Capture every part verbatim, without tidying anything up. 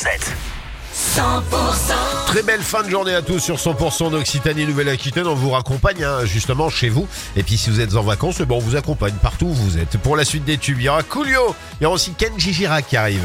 faites. cent pour cent. Très belle fin de journée à tous sur cent pour cent d'Occitanie Nouvelle-Aquitaine. On vous raccompagne hein, justement chez vous. Et puis si vous êtes en vacances, bon, on vous accompagne partout où vous êtes. Pour la suite des tubes, il y aura Coolio. Il y aura aussi Kenji Girac qui arrive.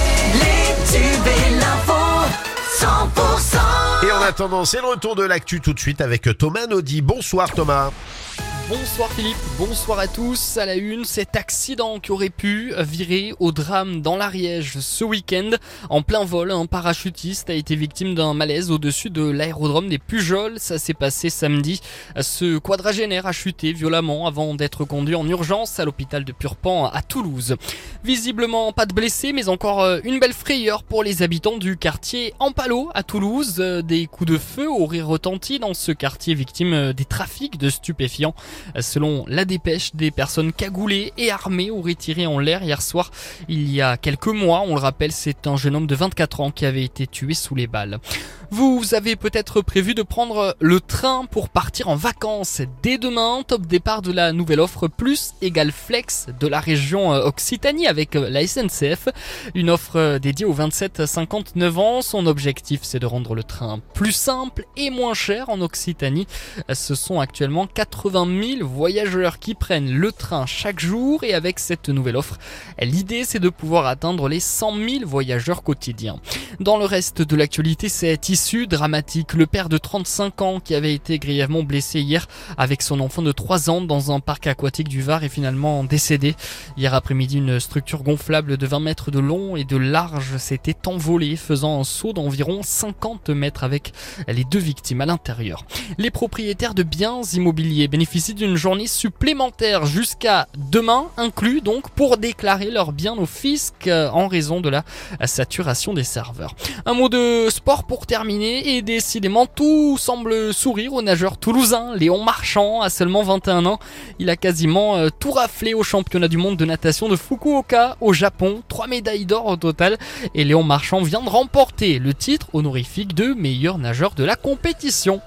Les tubes et l'info, cent pour cent. Et en attendant, c'est le retour de l'actu tout de suite avec Thomas Naudy. Bonsoir Thomas. Bonsoir Philippe, bonsoir à tous. À la une, cet accident qui aurait pu virer au drame dans l'Ariège ce week-end. En plein vol, un parachutiste a été victime d'un malaise au-dessus de l'aérodrome des Pujols. Ça s'est passé samedi. Ce quadragénaire a chuté violemment avant d'être conduit en urgence à l'hôpital de Purpan à Toulouse. Visiblement pas de blessés, mais encore une belle frayeur pour les habitants du quartier Ampalo à Toulouse. Des coups de feu auraient retenti dans ce quartier victime des trafics de stupéfiants. Selon la dépêche, des personnes cagoulées et armées auraient tiré en l'air hier soir. Il y a quelques mois, on le rappelle, c'est un jeune homme de vingt-quatre ans qui avait été tué sous les balles. Vous avez peut-être prévu de prendre le train pour partir en vacances dès demain. Top départ de la nouvelle offre Plus égale Flex de la région Occitanie avec la S N C F. Une offre dédiée aux vingt-sept à cinquante-neuf ans. Son objectif, c'est de rendre le train plus simple et moins cher en Occitanie. Ce sont actuellement quatre-vingt mille voyageurs qui prennent le train chaque jour et avec cette nouvelle offre, l'idée c'est de pouvoir atteindre les cent mille voyageurs quotidiens. Dans le reste de l'actualité, c'est issue dramatique. Le père de trente-cinq ans qui avait été grièvement blessé hier avec son enfant de trois ans dans un parc aquatique du Var est finalement décédé. Hier après-midi, une structure gonflable de vingt mètres de long et de large s'était envolée, faisant un saut d'environ cinquante mètres avec les deux victimes à l'intérieur. Les propriétaires de biens immobiliers bénéficient d'une journée supplémentaire jusqu'à demain, inclus donc pour déclarer leurs biens au fisc en raison de la saturation des serveurs. Un mot de sport pour terminer et décidément tout semble sourire au nageur toulousain Léon Marchand à seulement vingt et un ans. Il a quasiment tout raflé au championnat du monde de natation de Fukuoka au Japon, trois médailles d'or au total et Léon Marchand vient de remporter le titre honorifique de meilleur nageur de la compétition.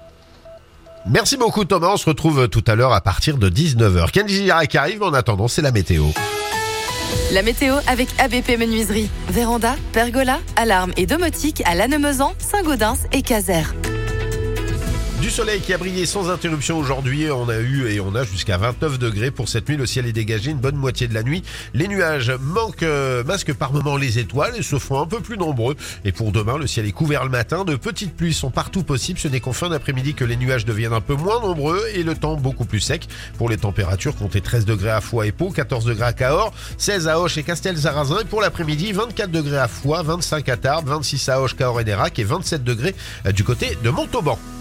Merci beaucoup Thomas, on se retrouve tout à l'heure à partir de dix-neuf heures. Kenji Girac arrive, en attendant c'est la météo. La météo avec A B P Menuiserie. Véranda, pergola, alarme et domotique à Lannemezan, Saint-Gaudens et Caser. Du soleil qui a brillé sans interruption aujourd'hui. On a eu et on a jusqu'à vingt-neuf degrés pour cette nuit. Le ciel est dégagé une bonne moitié de la nuit. Les nuages manquent, euh, masquent par moments les étoiles et se font un peu plus nombreux. Et pour demain, le ciel est couvert le matin. De petites pluies sont partout possibles. Ce n'est qu'en fin d'après-midi que les nuages deviennent un peu moins nombreux et le temps beaucoup plus sec. Pour les températures, comptez treize degrés à Foix et Pau, quatorze degrés à Cahors, seize à Auch et Castel-Sarrazin. Et pour l'après-midi, vingt-quatre degrés à Foix, vingt-cinq à Tarbes, vingt-six à Auch, Cahors et Nérac et vingt-sept degrés du côté de Montauban.